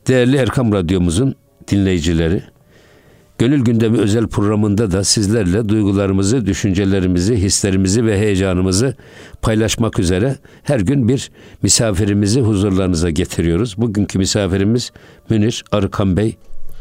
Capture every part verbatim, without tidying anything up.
Değerli Erkam Radyomuzun dinleyicileri, Gönül Gündemi özel programında da sizlerle duygularımızı, düşüncelerimizi, hislerimizi ve heyecanımızı paylaşmak üzere her gün bir misafirimizi huzurlarınıza getiriyoruz. Bugünkü misafirimiz Münir Arıkan Bey.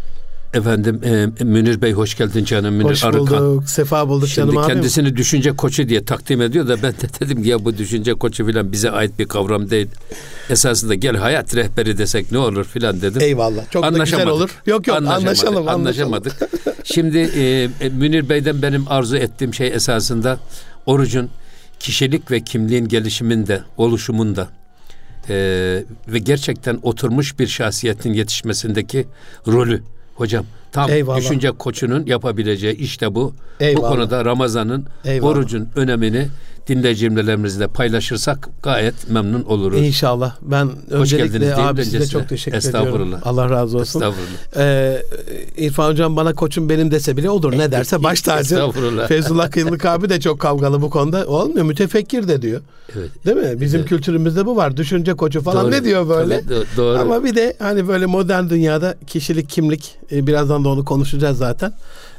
Efendim e, Münir Bey hoş geldin canım. Münir hoş Arıkan. Hoş bulduk, sefa bulduk Şimdi canım abim. Kendisini düşünce koçu diye takdim ediyor da ben de dedim ki ya bu düşünce koçu filan bize ait bir kavram değil. Esasında gel hayat rehberi desek ne olur filan dedim. Eyvallah, çok da güzel olur. Yok yok anlaşamadık. anlaşalım. Anlaşamadık. Şimdi e, Münir Bey'den benim arzu ettiğim şey esasında orucun kişilik ve kimliğin gelişiminde, oluşumunda e, ve gerçekten oturmuş bir şahsiyetin yetişmesindeki rolü. Hocam tam Eyvallah. Düşünce koçunun yapabileceği işte bu. Eyvallah. Bu konuda Ramazan'ın, Eyvallah. Orucun önemini dinleyicilerimizle paylaşırsak gayet memnun oluruz. İnşallah. Ben öncelikle abi size çok teşekkür ediyorum. Allah razı olsun. Ee, İrfan Hocam bana koçum benim dese bile olur. Ne derse baş tacı. Feyzullah Kıyılık abi de çok kavgalı bu konuda. Olmuyor. Mütefekkir de diyor. Evet. Değil mi? Bizim evet. kültürümüzde bu var. Düşünce koçu falan doğru. Ne diyor böyle? Tabii, doğru. Ama bir de hani böyle modern dünyada kişilik, kimlik, birazdan da onu konuşacağız zaten.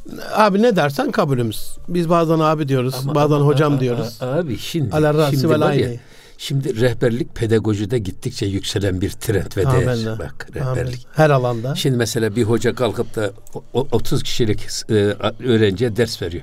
Abi ne dersen kabulümüz. Biz bazen abi diyoruz, ama, bazen ama, hocam a, diyoruz. A, abi şimdi şimdi, var ya, şimdi rehberlik pedagojide gittikçe yükselen bir trend ve değer. Amenna. Bak rehberlik. Amen. Her alanda. Şimdi mesela bir hoca kalkıp da otuz kişilik öğrenciye ders veriyor.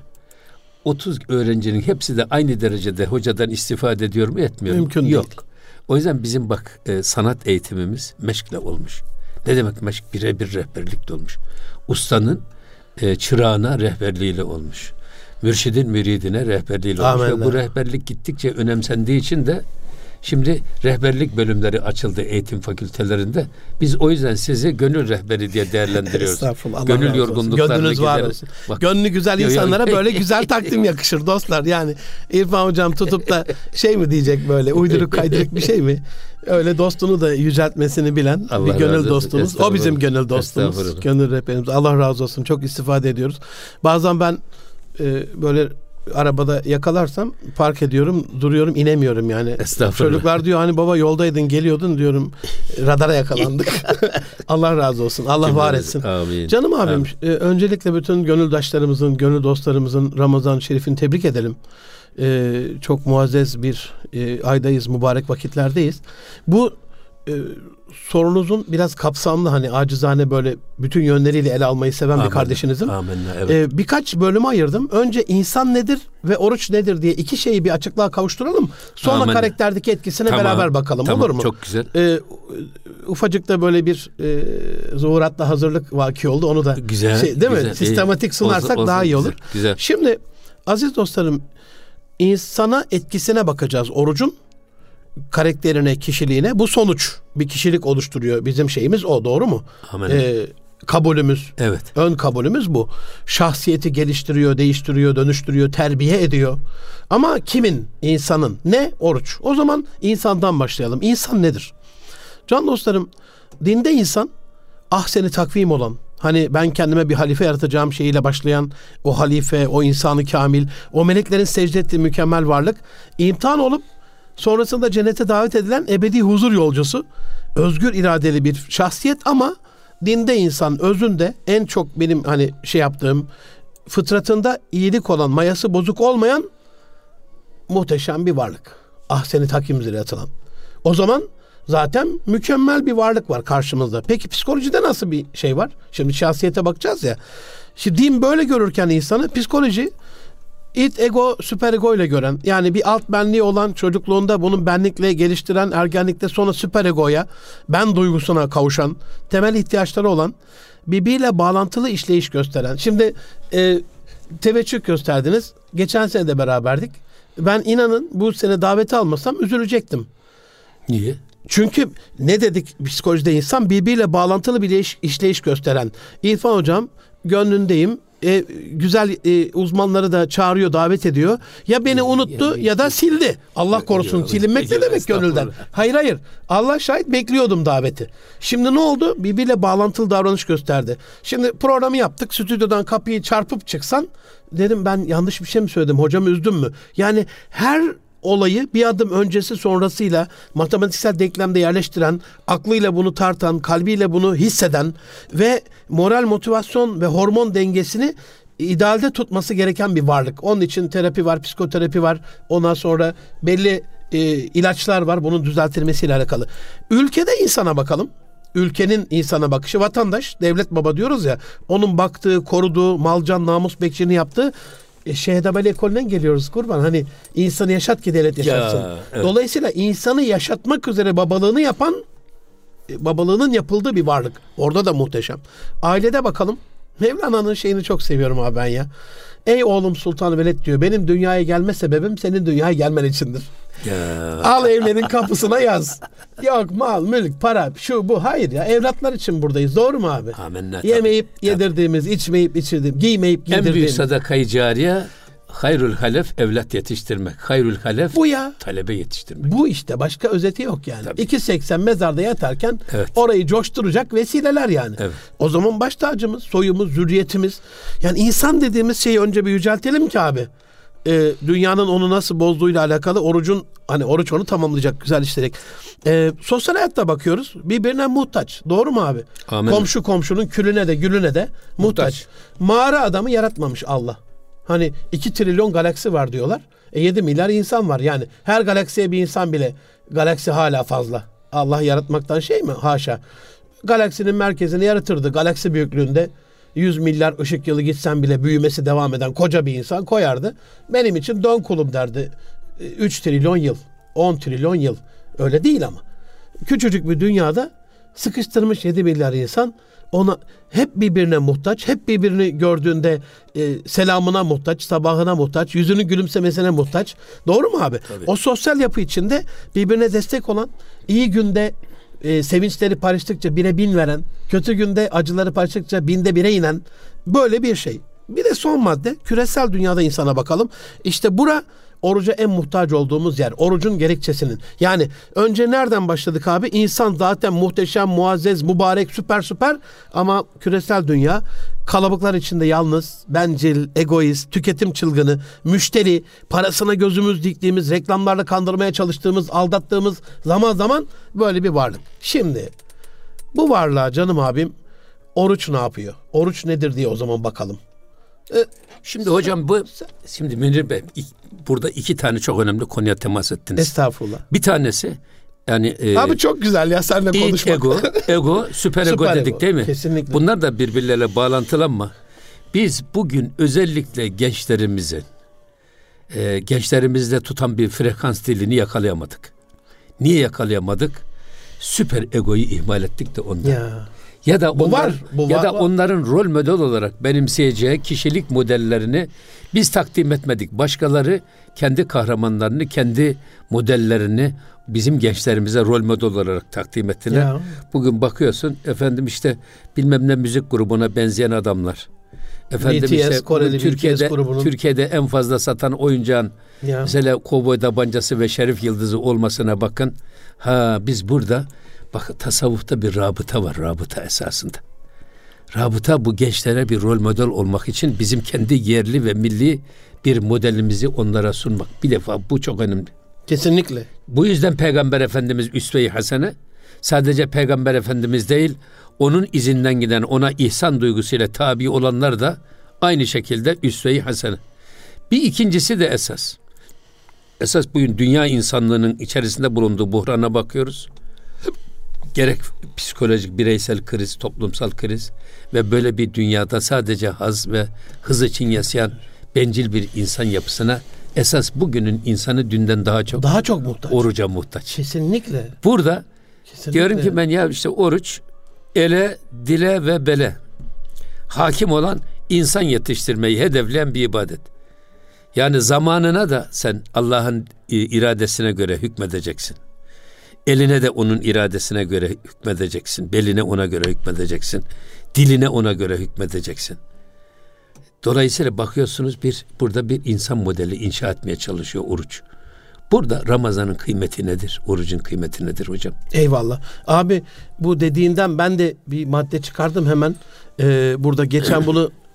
otuz öğrencinin hepsi de aynı derecede hocadan istifade ediyor mu, etmiyor mu? Mümkün Yok. değil. O yüzden bizim bak sanat eğitimimiz meşkle olmuş. Ne demek meşk? Birebir rehberlikle olmuş. Ustanın E, çırağına rehberliğiyle olmuş. Mürşidin müridine rehberliğiyle olmuş. Ve bu rehberlik gittikçe önemsendiği için de şimdi rehberlik bölümleri açıldı eğitim fakültelerinde. Biz o yüzden sizi gönül rehberi diye değerlendiriyoruz. Estağfurullah. Gönül yorgunluklarını Gönlünüz var olsun. Bak. Gönlü güzel insanlara böyle güzel takdim yakışır dostlar. Yani İrfan Hocam tutup da şey mi diyecek böyle uyduruk kaydırık bir şey mi? Öyle dostunu da yüceltmesini bilen Allah bir gönül dostumuz. O bizim gönül dostumuz. Gönül rehberimiz. Allah razı olsun. Çok istifade ediyoruz. Bazen ben e, böyle arabada yakalarsam park ediyorum, duruyorum, inemiyorum yani. Çocuklar diyor hani baba yoldaydın, geliyordun, diyorum radara yakalandık. Allah razı olsun. Allah Kim var etsin. Amin. Canım abim, Amin. E, öncelikle bütün gönüldaşlarımızın, gönül dostlarımızın Ramazan-ı Şerif'ini tebrik edelim. E, çok muazzez bir e, aydayız, mübarek vakitlerdeyiz. Bu e, sorunuzun biraz kapsamlı, hani acizane böyle bütün yönleriyle ele almayı seven Amin. Bir kardeşinizim. Amin. Evet. Ee, birkaç bölüme ayırdım. Önce insan nedir ve oruç nedir diye iki şeyi bir açıklığa kavuşturalım. Sonra Amin. Karakterdeki etkisine tamam. beraber bakalım. Tamam. Olur mu? Çok güzel. Ee, ufacık da böyle bir e, zuhuratla hazırlık vaki oldu. Onu da güzel, şey, değil güzel. mi? Sistematik sunarsak olsun, olsun, daha iyi olur. Güzel, güzel. Şimdi aziz dostlarım, insana etkisine bakacağız orucun. Karakterine, kişiliğine. Bu sonuç bir kişilik oluşturuyor. Bizim şeyimiz o, doğru mu? Ee, kabulümüz, evet. Ön kabulümüz bu. Şahsiyeti geliştiriyor, değiştiriyor, dönüştürüyor, terbiye ediyor. Ama kimin? İnsanın. Ne? Oruç. O zaman insandan başlayalım. İnsan nedir? Can dostlarım, dinde insan ahseni takvim olan, hani ben kendime bir halife yaratacağım şeyiyle başlayan o halife, o insanı kamil, o meleklerin secde ettiği mükemmel varlık, imtihan olup sonrasında cennete davet edilen ebedi huzur yolcusu, özgür iradeli bir şahsiyet. Ama dinde insan özünde en çok benim hani şey yaptığım, fıtratında iyilik olan, mayası bozuk olmayan muhteşem bir varlık. Ahsen-i takvim üzere yatılan. O zaman zaten mükemmel bir varlık var karşımızda. Peki psikolojide nasıl bir şey var? Şimdi şahsiyete bakacağız ya. Şimdi din böyle görürken insanı, psikoloji id, ego, süper ego ile gören, yani bir alt benliği olan, çocukluğunda bunun benlikle geliştiren, ergenlikte sonra süper egoya, ben duygusuna kavuşan, temel ihtiyaçları olan, birbiriyle bağlantılı işleyiş gösteren. Şimdi e, teveccüh gösterdiniz. Geçen sene de beraberdik. Ben inanın bu sene daveti almasam üzülecektim. Niye? Çünkü ne dedik psikolojide, insan birbiriyle bağlantılı bir iş, işleyiş gösteren. İrfan Hocam gönlündeyim. E, güzel e, uzmanları da çağırıyor, davet ediyor. Ya beni unuttu ya da sildi. Allah korusun, silinmek ne demek gönülden? Hayır hayır. Allah şahit, bekliyordum daveti. Şimdi ne oldu? Birbiriyle bağlantılı davranış gösterdi. Şimdi programı yaptık. Stüdyodan kapıyı çarpıp çıksan, dedim ben yanlış bir şey mi söyledim? Hocamı üzdüm mü? Yani her olayı bir adım öncesi sonrasıyla matematiksel denklemde yerleştiren, aklıyla bunu tartan, kalbiyle bunu hisseden ve moral, motivasyon ve hormon dengesini idealde tutması gereken bir varlık. Onun için terapi var, psikoterapi var. Ondan sonra belli e, ilaçlar var bunun düzeltilmesiyle alakalı. Ülkede insana bakalım. Ülkenin insana bakışı, vatandaş, devlet baba diyoruz ya, onun baktığı, koruduğu, malcan, namus bekçiliğini yaptığı e, Şehidabeli ekolünden geliyoruz kurban. Hani insanı yaşat ki devlet yaşatsın. Ya, evet. Dolayısıyla insanı yaşatmak üzere babalığını yapan, e, babalığının yapıldığı bir varlık. Orada da muhteşem. Ailede bakalım. Mevlana'nın şeyini çok seviyorum abi ben ya. Ey oğlum Sultan Veled diyor, benim dünyaya gelme sebebim senin dünyaya gelmen içindir. Ya. Al evlerin kapısına yaz. Yok mal, mülk, para, şu bu. Hayır ya, evlatlar için buradayız. Doğru mu abi? Amenna, yemeyip tabii, yedirdiğimiz, tabii. içmeyip içirdiğimiz, giymeyip giydirdiğimiz. En büyük sadaka-i cariye hayrul halef evlat yetiştirmek. Hayrul halef bu ya. Talebe yetiştirmek. Bu işte, başka özeti yok yani. Tabii. iki seksen mezarda yatarken evet. orayı coşturacak vesileler yani. Evet. O zaman baş tacımız, soyumuz, zürriyetimiz. Yani insan dediğimiz şeyi önce bir yüceltelim ki abi. Ee, dünyanın onu nasıl bozduğuyla alakalı orucun, hani oruç onu tamamlayacak güzel işlerek. Ee, sosyal hayatta bakıyoruz. Birbirine muhtaç. Doğru mu abi? Amin. Komşu komşunun külüne de gülüne de muhtaç. muhtaç. Mağara adamı yaratmamış Allah. Hani iki trilyon galaksi var diyorlar. E yedi milyar insan var. Yani her galaksiye bir insan bile, galaksi hala fazla. Allah yaratmaktan şey mi? Haşa. Galaksinin merkezini yaratırdı. Galaksi büyüklüğünde yüz milyar ışık yılı gitsen bile büyümesi devam eden koca bir insan koyardı. Benim için dön kulum derdi. üç trilyon yıl, on trilyon yıl. Öyle değil ama. Küçücük bir dünyada sıkıştırmış yedi milyar insan, ona hep birbirine muhtaç, hep birbirini gördüğünde e, selamına muhtaç, sabahına muhtaç, yüzünün gülümsemesine muhtaç. Doğru mu abi? Tabii. O sosyal yapı içinde birbirine destek olan, iyi günde e, sevinçleri paylaştıkça bire bin veren, kötü günde acıları paylaştıkça binde bire inen böyle bir şey. Bir de son madde, küresel dünyada insana bakalım. İşte bura oruca en muhtaç olduğumuz yer. Orucun gerekçesinin. Yani önce nereden başladık abi? İnsan zaten muhteşem, muazzez, mübarek, süper süper, ama küresel dünya kalabalıklar içinde yalnız, bencil, egoist, tüketim çılgını, müşteri, parasına gözümüz diktiğimiz, reklamlarla kandırmaya çalıştığımız, aldattığımız zaman zaman böyle bir varlık. Şimdi bu varlığa canım abim oruç ne yapıyor? Oruç nedir diye o zaman bakalım. Şimdi hocam bu, şimdi Münir Bey burada iki tane çok önemli konuya temas ettiniz. Estağfurullah. Bir tanesi yani e, abi çok güzel ya seninle konuşmak. Ego, ego, süper ego süper dedik ego. Değil mi? Kesinlikle. Bunlar da birbirleriyle bağlantılanma. Biz bugün özellikle gençlerimizi e, gençlerimizde tutan bir frekans dilini yakalayamadık. Niye yakalayamadık? Süper egoyu ihmal ettik de ondan. Ya. Ya da bu onlar, var, bu ya var, da var. onların rol model olarak benimseyeceği kişilik modellerini biz takdim etmedik. Başkaları kendi kahramanlarını, kendi modellerini bizim gençlerimize rol model olarak takdim ettiler. Ya. Bugün bakıyorsun efendim işte bilmem ne müzik grubuna benzeyen adamlar. Efendim B T S, işte Koreli Türkiye'de Türkiye'de en fazla satan oyuncağın ya. mesela kovboy tabancası ve şerif yıldızı olmasına bakın. Ha biz burada bak tasavvufta bir rabıta var, rabıta esasında. Rabıta bu gençlere bir rol model olmak için bizim kendi yerli ve milli bir modelimizi onlara sunmak. Bir defa bu çok önemli. Kesinlikle. Bu yüzden Peygamber Efendimiz üsve-i hasene, sadece Peygamber Efendimiz değil, onun izinden giden, ona ihsan duygusuyla tabi olanlar da aynı şekilde üsve-i hasene. Bir ikincisi de esas. Esas bugün dünya insanlığının içerisinde bulunduğu buhrana bakıyoruz. Gerek psikolojik, bireysel kriz, toplumsal kriz ve böyle bir dünyada sadece haz ve hız için yaşayan bencil bir insan yapısına esas bugünün insanı dünden daha çok daha çok muhtaç. Oruca muhtaç. Kesinlikle. Burada Kesinlikle. Diyorum ki ben ya işte oruç ele, dile ve bele hakim olan insan yetiştirmeyi hedefleyen bir ibadet. Yani zamanına da sen Allah'ın iradesine göre hükmedeceksin. Eline de onun iradesine göre hükmedeceksin. Beline ona göre hükmedeceksin. Diline ona göre hükmedeceksin. Dolayısıyla bakıyorsunuz bir burada bir insan modeli inşa etmeye çalışıyor oruç. Burada Ramazan'ın kıymeti nedir? Orucun kıymeti nedir hocam? Eyvallah. Abi bu dediğinden ben de bir madde çıkardım hemen. Ee, burada geçen bunu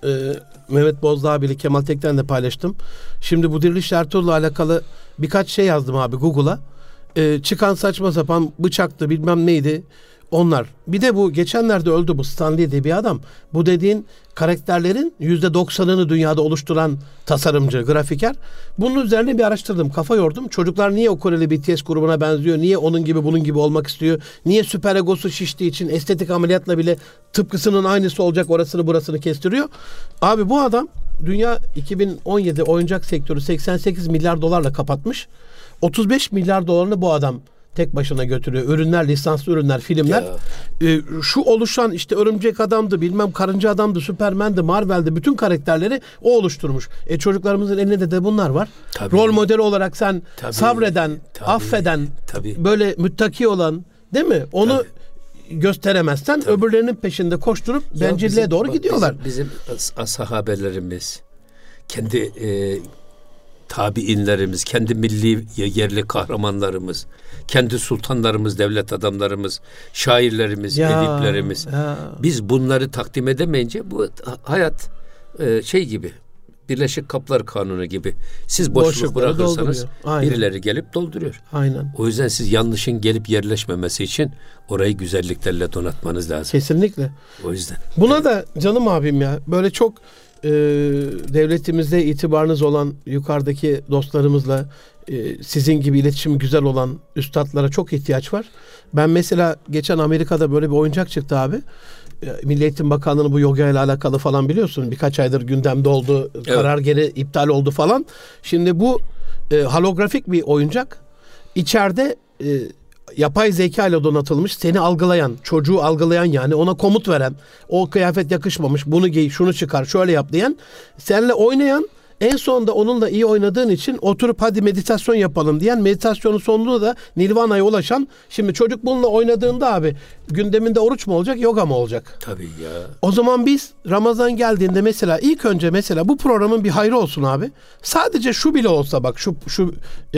e, Mehmet Bozdağ bile Kemal Tekten de paylaştım. Şimdi bu Diriliş Ertuğrul'la alakalı birkaç şey yazdım abi Google'a. E, çıkan saçma sapan bıçaktı bilmem neydi. Onlar. Bir de bu geçenlerde öldü bu Stanley diye bir adam. Bu dediğin karakterlerin yüzde doksanını dünyada oluşturan tasarımcı, grafiker. Bunun üzerine bir araştırdım. Kafa yordum. Çocuklar niye o Koreli B T S grubuna benziyor? Niye onun gibi bunun gibi olmak istiyor? Niye süper egosu şiştiği için estetik ameliyatla bile tıpkısının aynısı olacak orasını burasını kestiriyor? Abi bu adam dünya iki bin on yedi oyuncak sektörü seksen sekiz milyar dolarla kapatmış. otuz beş milyar dolarını bu adam tek başına götürüyor. Ürünler, lisanslı ürünler, filmler. Ee, şu oluşan işte Örümcek Adam'dı, bilmem Karınca Adam'dı, Süpermen'di, Marvel'di. Bütün karakterleri o oluşturmuş. E çocuklarımızın elinde de bunlar var. Tabii. Rol modeli olarak sen tabii, sabreden, tabii, affeden, tabii. böyle müttaki olan, değil mi? Onu tabii. gösteremezsen tabii. öbürlerinin peşinde koşturup ya bencilliğe bizim, doğru bak, gidiyorlar. Bizim, bizim sahabelerimiz kendi e, tabiinlerimiz, kendi milli yerli kahramanlarımız, kendi sultanlarımız, devlet adamlarımız, şairlerimiz, ya, ediplerimiz. Ya. Biz bunları takdim edemeyince bu hayat e, şey gibi, Birleşik Kaplar Kanunu gibi. Siz boşluk bırakırsanız birileri gelip dolduruyor. Aynen. O yüzden siz yanlışın gelip yerleşmemesi için orayı güzelliklerle donatmanız lazım. Kesinlikle. O yüzden. Buna evet. da canım abim ya böyle çok Ee, devletimizde itibarınız olan yukarıdaki dostlarımızla e, sizin gibi iletişim güzel olan üstadlara çok ihtiyaç var. Ben mesela geçen Amerika'da böyle bir oyuncak çıktı abi. E, Milli Eğitim Bakanlığı'nın bu yoga ile alakalı falan biliyorsun. Birkaç aydır gündemde oldu. Evet. Karar geri iptal oldu falan. Şimdi bu e, holografik bir oyuncak. İçeride e, yapay zeka ile donatılmış, seni algılayan, çocuğu algılayan, yani ona komut veren, o kıyafet yakışmamış, bunu giy, şunu çıkar, şöyle yap diyen, seninle oynayan, en sonunda onunla iyi oynadığın için oturup hadi meditasyon yapalım diyen, meditasyonun sonunda da Nirvana'ya ulaşan. Şimdi çocuk bununla oynadığında abi gündeminde oruç mu olacak, yoga mı olacak? Tabii ya. O zaman biz Ramazan geldiğinde mesela ilk önce mesela bu programın bir hayrı olsun abi. Sadece şu bile olsa bak şu şu e,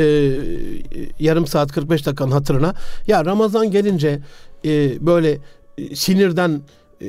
yarım saat kırk beş dakikanın hatırına, ya Ramazan gelince e, böyle e, sinirden e,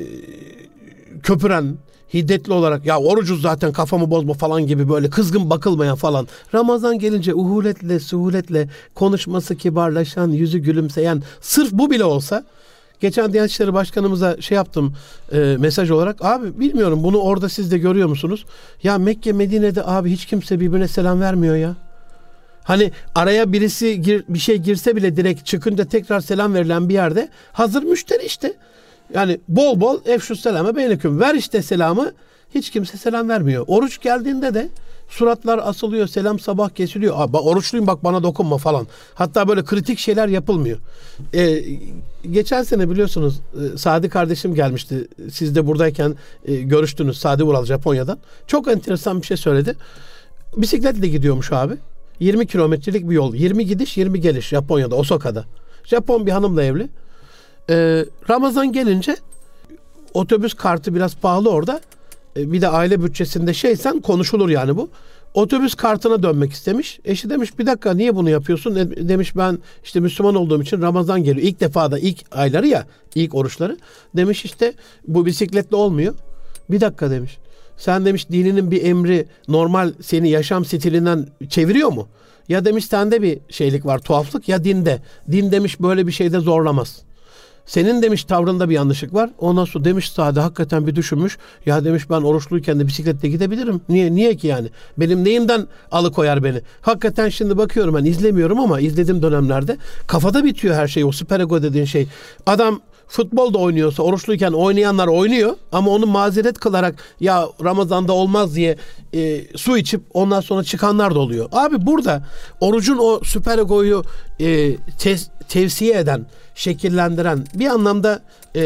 köpüren, hiddetli olarak ya orucuz zaten kafamı bozma falan gibi böyle kızgın bakılmayan falan. Ramazan gelince uhuletle, suhuletle konuşması kibarlaşan, yüzü gülümseyen, sırf bu bile olsa. Geçen Diyanet İşleri Başkanımıza şey yaptım e, mesaj olarak. Abi bilmiyorum bunu orada siz de görüyor musunuz? Ya Mekke, Medine'de abi hiç kimse birbirine selam vermiyor ya. Hani araya birisi gir, bir şey girse bile direkt çıkınca tekrar selam verilen bir yerde hazır müşteri işte. Yani bol bol efşus selame beyneküm. Ver işte selamı. Hiç kimse selam vermiyor. Oruç geldiğinde de suratlar asılıyor. Selam sabah kesiliyor. Aa, oruçluyum bak bana dokunma falan. Hatta böyle kritik şeyler yapılmıyor. Ee, geçen sene biliyorsunuz Sadi kardeşim gelmişti. Siz de buradayken e, görüştünüz. Sadi Vural Japonya'dan. Çok enteresan bir şey söyledi. Bisikletle gidiyormuş abi. yirmi kilometrelik bir yol. yirmi gidiş yirmi geliş Japonya'da, Osaka'da. Japon bir hanımla evli. Ee, Ramazan gelince otobüs kartı biraz pahalı orada. Ee, bir de aile bütçesinde şeysen konuşulur yani bu. Otobüs kartına dönmek istemiş. Eşi demiş bir dakika niye bunu yapıyorsun? E, demiş ben işte Müslüman olduğum için Ramazan geliyor. İlk defa da ilk ayları ya, ilk oruçları. Demiş işte bu bisikletle olmuyor. Bir dakika demiş. Sen demiş dininin bir emri normal seni yaşam stilinden çeviriyor mu? Ya demiş sende bir şeylik var, tuhaflık, ya dinde. Din demiş böyle bir şeyde zorlamaz. Senin demiş tavrında bir yanlışlık var. Ondan sonra demiş Sade hakikaten bir düşünmüş. Ya demiş ben oruçluyken de bisikletle gidebilirim. Niye niye ki yani? Benim neyimden alıkoyar beni? Hakikaten şimdi bakıyorum ben izlemiyorum ama izlediğim dönemlerde kafada bitiyor her şey. O süper ego dediğin şey. Adam futbolda oynuyorsa oruçluyken oynayanlar oynuyor ama onu mazeret kılarak ya Ramazan'da olmaz diye e, su içip ondan sonra çıkanlar da oluyor. Abi burada orucun o süper egoyu e, te- tevsiye eden, şekillendiren, bir anlamda e,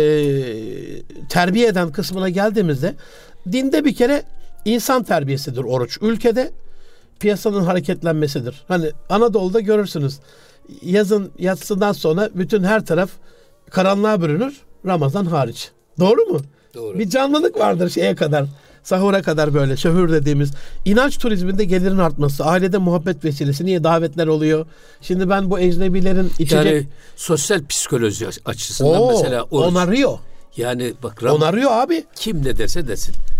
terbiye eden kısmına geldiğimizde dinde bir kere insan terbiyesidir oruç. Ülkede piyasanın hareketlenmesidir. Hani Anadolu'da görürsünüz yazın yatsından sonra bütün her taraf karanlığa bürünür, Ramazan hariç. Doğru mu? Doğru. Bir canlılık vardır şeye kadar, sahura kadar böyle şöhür dediğimiz. İnanç turizminde gelirin artması, ailede muhabbet vesilesi, niye davetler oluyor? Şimdi ben bu ecnebilerin içecek... Yani sosyal psikoloji açısından Oo, mesela oruç. Onarıyor. Yani bak Ram- onarıyor abi. Kim ne derse desin.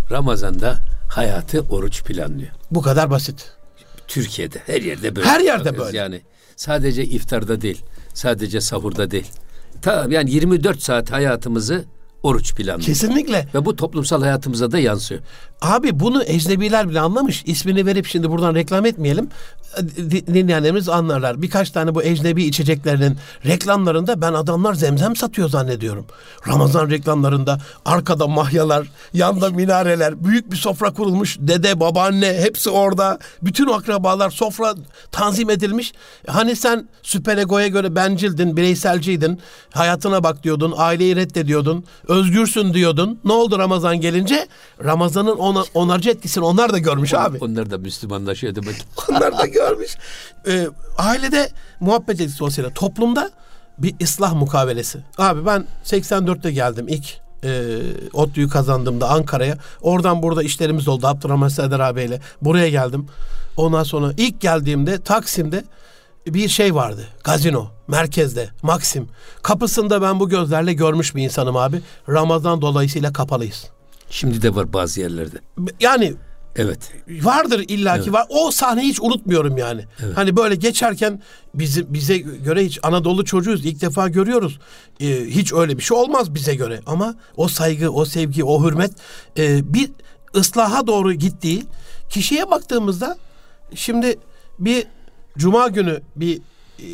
Ramazan'da hayatı oruç planlıyor. Bu kadar basit. Türkiye'de her yerde böyle. Her yerde böyle. Yani sadece iftarda değil, sadece sahurda değil. Ta yani yirmi dört saat hayatımızı oruç planlıyor. Kesinlikle. Ve bu toplumsal hayatımıza da yansıyor. Abi bunu ecnebiler bile anlamış. İsmini verip şimdi buradan reklam etmeyelim. Dinleyenlerimiz anlarlar. Birkaç tane bu ecnebi içeceklerinin reklamlarında ben adamlar zemzem satıyor zannediyorum. Ramazan reklamlarında arkada mahyalar, yanda minareler, büyük bir sofra kurulmuş. Dede, babaanne hepsi orada. Bütün akrabalar, sofra tanzim edilmiş. Hani sen süper egoya göre bencildin, bireyselciydin. Hayatına bak diyordun, aileyi reddediyordun, özgürsün diyordun. Ne oldu Ramazan gelince? Ramazan'ın ona, onarıcı etkisini onlar da görmüş On, abi. Onlar da Müslümanlaşıyor demek. Onlar da görmüş. Ee, ailede muhabbet etkisi olsaydı, toplumda bir ıslah mukavelesi. Abi ben seksen dörtte geldim ilk e, ODTÜ'yü kazandığımda Ankara'ya. Oradan burada işlerimiz oldu Abdurrahman Serdar abiyle. Buraya geldim. Ondan sonra ilk geldiğimde Taksim'de bir şey vardı. Gazino. Merkezde. Maxim. Kapısında ben bu gözlerle görmüş bir insanım abi. Ramazan dolayısıyla kapalıyız. Şimdi de var bazı yerlerde. Yani evet. Vardır illaki evet. var. O sahneyi hiç unutmuyorum yani. Evet. Hani böyle geçerken bizi, bize göre hiç Anadolu çocuğuyuz. İlk defa görüyoruz. Ee, hiç öyle bir şey olmaz bize göre. Ama o saygı, o sevgi, o hürmet e, bir ıslaha doğru gittiği kişiye baktığımızda şimdi bir cuma günü bir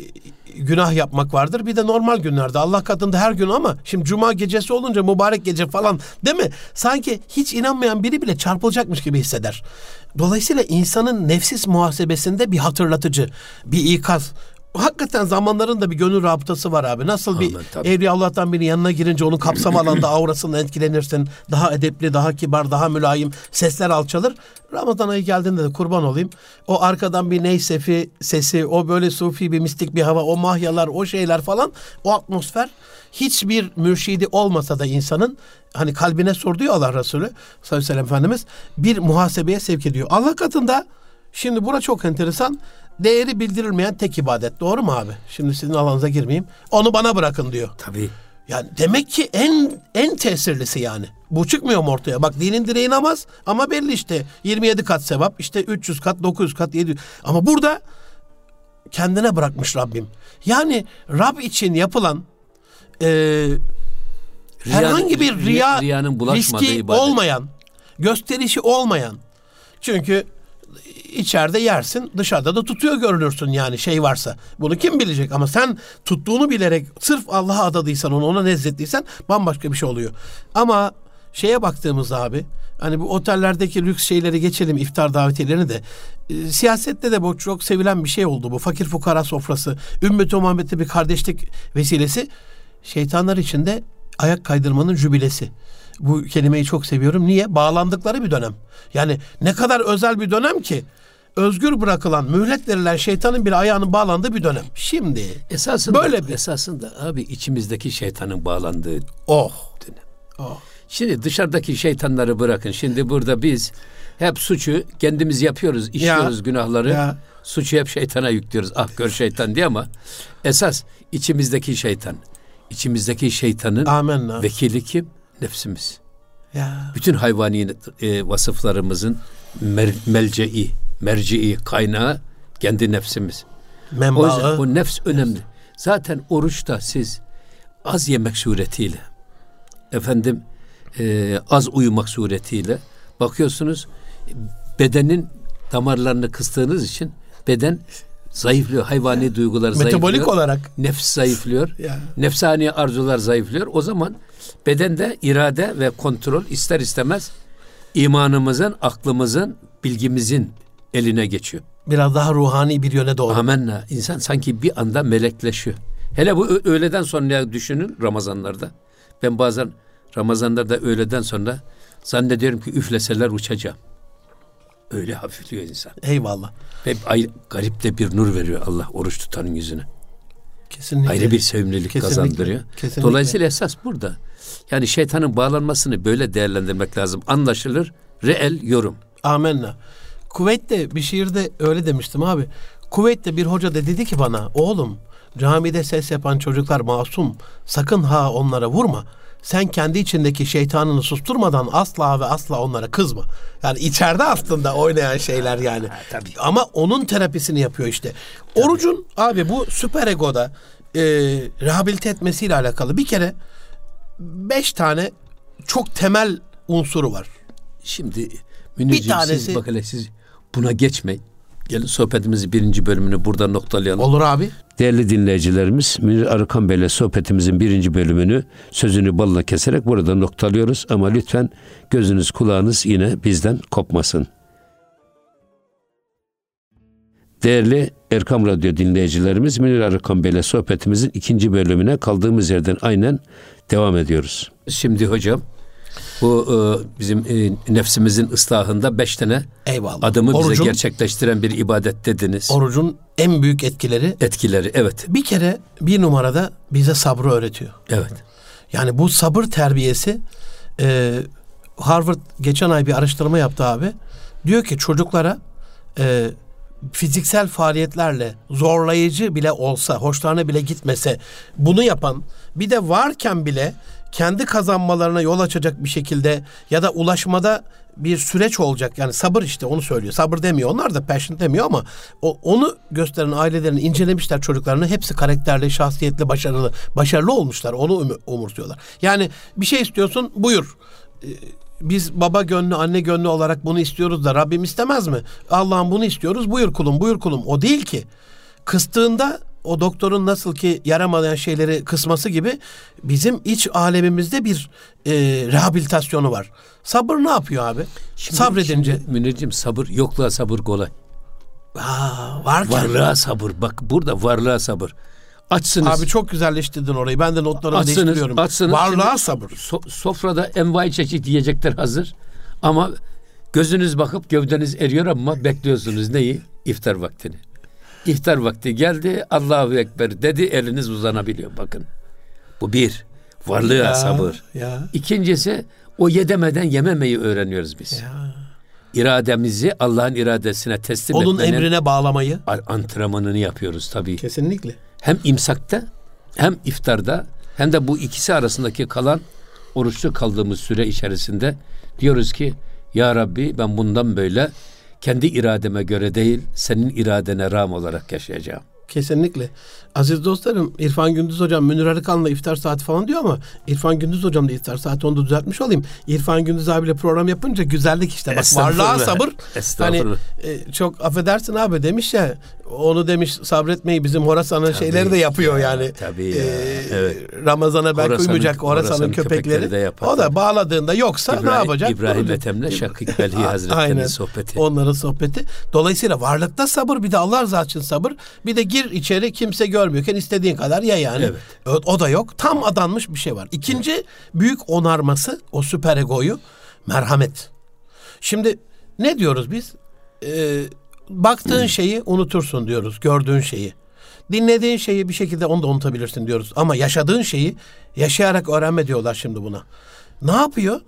günah yapmak vardır. Bir de normal günlerde Allah katında her gün ama şimdi cuma gecesi olunca mübarek gece falan değil mi? Sanki hiç inanmayan biri bile çarpılacakmış gibi hisseder. Dolayısıyla insanın nefsis muhasebesinde bir hatırlatıcı, bir ikaz. Hakikaten zamanların da bir gönül rabıtası var abi. Nasıl bir Evliya Allah'tan birinin yanına girince onun kapsam alanda aurasından etkilenirsin. Daha edepli, daha kibar, daha mülayim. Sesler alçalır. Ramazan ayı geldiğinde de kurban olayım. O arkadan bir neysefi sesi, o böyle sufi bir mistik bir hava, o mahyalar, o şeyler falan, o atmosfer hiçbir mürşidi olmasa da insanın hani kalbine sordu ya Allah Resulü sallallahu aleyhi ve sellem Efendimiz bir muhasebeye sevk ediyor. Allah katında şimdi bura çok enteresan. Değeri bildirilmeyen tek ibadet. Doğru mu abi? Şimdi sizin alanınıza girmeyeyim. Onu bana bırakın diyor. Tabii. Yani demek ki en en tesirlisi yani. Bu çıkmıyor mu ortaya? Bak dinin direği namaz ama belli işte. yirmi yedi kat sevap, işte üç yüz kat, dokuz yüz kat, yedi yüz. Ama burada kendine bırakmış Rabbim. Yani Rab için yapılan e, herhangi bir riya, riyanın riski ibadet. olmayan, gösterişi olmayan. Çünkü İçeride yersin, dışarıda da tutuyor görünürsün yani şey varsa. Bunu kim bilecek ama sen tuttuğunu bilerek sırf Allah'a adadıysan, onu ona nezzettiysen bambaşka bir şey oluyor. Ama şeye baktığımızda abi, hani bu otellerdeki lüks şeyleri geçelim, iftar davetiyelerini de. E, siyasette de bu çok sevilen bir şey oldu bu. Fakir fukara sofrası, Ümmet-i Muhammed'de bir kardeşlik vesilesi. Şeytanlar içinde ayak kaydırmanın jübilesi. Bu kelimeyi çok seviyorum. Niye? Bağlandıkları bir dönem. Yani ne kadar özel bir dönem ki özgür bırakılan, mühlet verilen şeytanın bir ayağının bağlandığı bir dönem. Şimdi esasında böyle bir... esasında abi içimizdeki şeytanın bağlandığı oh dönem. Oh. Şimdi dışarıdaki şeytanları bırakın. Şimdi burada biz hep suçu kendimiz yapıyoruz, işliyoruz ya, günahları. Ya. Suçu hep şeytana yüklüyoruz. Ah gör şeytan diye ama esas içimizdeki şeytan. İçimizdeki şeytanın Amenna. Vekili kim? Nefsimiz. Ya. Bütün hayvani e, vasıflarımızın mer, melce'i, merci'i, kaynağı kendi nefsimiz. Menbaı. O yüzden o nefs önemli. Zaten oruçta siz az yemek suretiyle, efendim e, az uyumak suretiyle bakıyorsunuz bedenin damarlarını kıstığınız için beden zayıflıyor. Hayvani ya. Duygular Metabolik zayıflıyor. Metabolik olarak. Nefs zayıflıyor. Ya. Nefsani arzular zayıflıyor. O zaman bedende irade ve kontrol ister istemez imanımızın, aklımızın, bilgimizin eline geçiyor. Biraz daha ruhani bir yöne doğru. Amenna. İnsan sanki bir anda melekleşiyor. Hele bu öğleden sonra düşünün Ramazanlarda. Ben bazen Ramazanlarda öğleden sonra zannediyorum ki üfleseler uçacağım. Öyle hafifliyor insan. Eyvallah. Ve ay, garip de bir nur veriyor Allah oruç tutanın yüzüne. Kesinlikle. Ayrı bir sevimlilik Kesinlikle. kazandırıyor. Kesinlikle. Dolayısıyla esas burada. Yani şeytanın bağlanmasını böyle değerlendirmek lazım. Anlaşılır, reel yorum. Amenna. Kuveyt'te bir şiirde öyle demiştim abi. Kuveyt'te bir hoca da dedi ki bana, oğlum camide ses yapan çocuklar masum. Sakın ha onlara vurma. sen kendi içindeki şeytanını susturmadan asla ve asla onlara kızma. Yani içeride aslında oynayan şeyler yani. Ha, tabii. Ama onun terapisini yapıyor işte. Tabii. Orucun abi bu süper egoda e, rehabilite etmesiyle alakalı bir kere beş tane çok temel unsuru var. Şimdi Münir'ciğim tanesi, siz bak hele siz buna geçmeyin. Gelin sohbetimizin birinci bölümünü burada noktalayalım. Olur abi. Değerli dinleyicilerimiz, Münir Arıkan Bey'le sohbetimizin birinci bölümünü sözünü balla keserek burada noktalıyoruz. Ama lütfen gözünüz kulağınız yine bizden kopmasın. Değerli Erkam Radyo dinleyicilerimiz, Münir Arıkan Bey'le sohbetimizin ikinci bölümüne kaldığımız yerden aynen devam ediyoruz. Şimdi hocam, bu e, bizim e, nefsimizin ıslahında beş tane Eyvallah. adımı Orucun, bize gerçekleştiren bir ibadet dediniz. Orucun en büyük etkileri. Etkileri, evet. Bir kere bir numarada bize sabrı öğretiyor. Evet. Yani bu sabır terbiyesi, e, Harvard geçen ay bir araştırma yaptı abi. Diyor ki çocuklara e, fiziksel faaliyetlerle zorlayıcı bile olsa, hoşlarına bile gitmese bunu yapan, bir de varken bile kendi kazanmalarına yol açacak bir şekilde ya da ulaşmada bir süreç olacak. Yani sabır işte onu söylüyor. Sabır demiyor. Onlar da passion demiyor ama o, onu gösteren ailelerini incelemişler çocuklarını. Hepsi karakterli, şahsiyetli, başarılı. Başarılı olmuşlar. Onu umursuyorlar. Yani bir şey istiyorsun, buyur. Ee, Biz baba gönlü, anne gönlü olarak bunu istiyoruz da Rabbim istemez mi? Allah'ım bunu istiyoruz, buyur kulum, buyur kulum. O değil ki. Kıstığında o doktorun nasıl ki yaramayan şeyleri kısması gibi bizim iç alemimizde bir e, rehabilitasyonu var. Sabır ne yapıyor abi? Şimdi, Sabredince. Şimdi, Münir'cim sabır, yokluğa sabır kolay. Aa, varken. Varlığa sabır. Bak burada varlığa sabır. Açsınız. Abi çok güzelleştirdin orayı. Ben de notlarımı açsınız, değiştiriyorum. Açsınız. Varlığa sabır. So- sofrada envai çeşit yiyecekler hazır. Ama gözünüz bakıp gövdeniz eriyor ama bekliyorsunuz neyi? İftar vaktini. İftar vakti geldi. Allahu Ekber dedi. Eliniz uzanabiliyor. Bakın. Bu bir. Varlığa ya, sabır. Ya. İkincisi o yedemeden yememeyi öğreniyoruz biz. Ya. İrademizi Allah'ın iradesine teslim Onun etmenin emrine bağlamayı antrenmanını yapıyoruz tabii. Kesinlikle. Hem imsakta hem iftarda hem de bu ikisi arasındaki kalan oruçlu kaldığımız süre içerisinde diyoruz ki ya Rabbi ben bundan böyle kendi irademe göre değil senin iradene rağm olarak yaşayacağım. Kesinlikle. Aziz dostlarım, İrfan Gündüz hocam Münir Arıkan'la iftar saati falan diyor ama İrfan Gündüz hocam da iftar saati, onu da düzeltmiş olayım. İrfan Gündüz abiyle program yapınca güzellik işte. Bak varlığa sabır. Hani e, çok affedersin abi demiş ya, onu demiş sabretmeyi bizim Horasan'ın şeyleri de yapıyor ya, yani. Tabii ya. E, evet. Ramazan'a belki uymayacak Horasan'ın, Horasan'ın köpekleri. köpekleri o da bağladığında yoksa İbrahim, ne yapacak? İbrahim Ethem'le Şakik Belhi Hazretleri'nin sohbeti. Onların sohbeti. Dolayısıyla varlıkta sabır, bir de Allah rızası için sabır, bir de gir içeri kimse görmüyorken istediğin kadar ye yani. Evet. O, o da yok. Tam adanmış bir şey var. İkinci evet. büyük onarması o süper egoyu merhamet. Şimdi ne diyoruz biz? Ee, baktığın hmm. şeyi unutursun diyoruz. Gördüğün şeyi. Dinlediğin şeyi bir şekilde onu da unutabilirsin diyoruz. Ama yaşadığın şeyi yaşayarak öğrenme diyorlar şimdi buna. Ne yapıyor?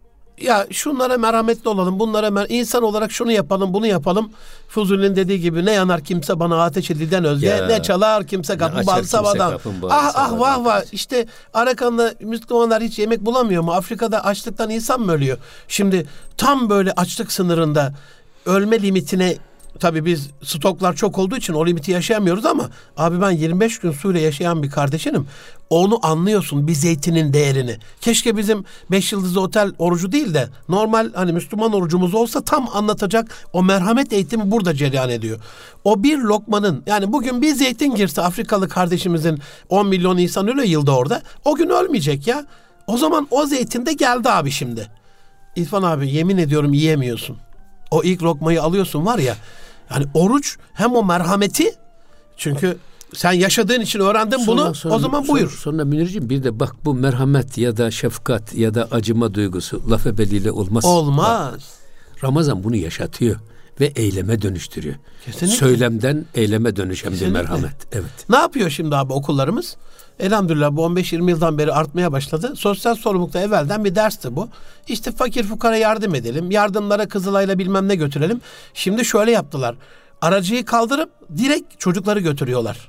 Ya şunlara merhametli olalım, bunlara mer- insan olarak şunu yapalım, bunu yapalım. Fuzuli'nin dediği gibi ne yanar kimse bana ateşi dilden özge, ya, ne çalar kimse kapı bağlı Ah ah vah vah. İşte Arakan'da Müslümanlar hiç yemek bulamıyor mu? Afrika'da açlıktan insan mı ölüyor? Şimdi tam böyle açlık sınırında ölme limitine, tabii biz stoklar çok olduğu için o limiti yaşayamıyoruz ama abi ben yirmi beş gün suyla yaşayan bir kardeşinim. Onu anlıyorsun, bir zeytinin değerini. Keşke bizim beş yıldızlı otel orucu değil de normal hani Müslüman orucumuz olsa tam anlatacak, o merhamet eğitimi burada cereyan ediyor. O bir lokmanın, yani bugün bir zeytin girse Afrikalı kardeşimizin, on milyon insan ölüyor yılda orada. O gün ölmeyecek ya. O zaman o zeytin de geldi abi şimdi. İrfan abi yemin ediyorum yiyemiyorsun. O ilk lokmayı alıyorsun var ya. Yani oruç hem o merhameti, çünkü sen yaşadığın için öğrendin sonra, bunu sonra, o zaman buyur. Sonra, sonra Münir'ciğim bir de bak bu merhamet ya da şefkat ya da acıma duygusu laf ebeliyle olmaz. Olmaz. Bak, Ramazan bunu yaşatıyor ve eyleme dönüştürüyor. Kesinlikle. Söylemden eyleme dönüşen Kesinlikle. bir merhamet. Evet. Ne yapıyor şimdi abi okullarımız? Elhamdülillah bu on beş yirmi yıldan beri artmaya başladı. Sosyal sorumlulukta evvelden bir dersti bu. İşte fakir fukara yardım edelim. Yardımlara Kızılay'la bilmem ne götürelim. Şimdi şöyle yaptılar. Aracıyı kaldırıp direkt çocukları götürüyorlar.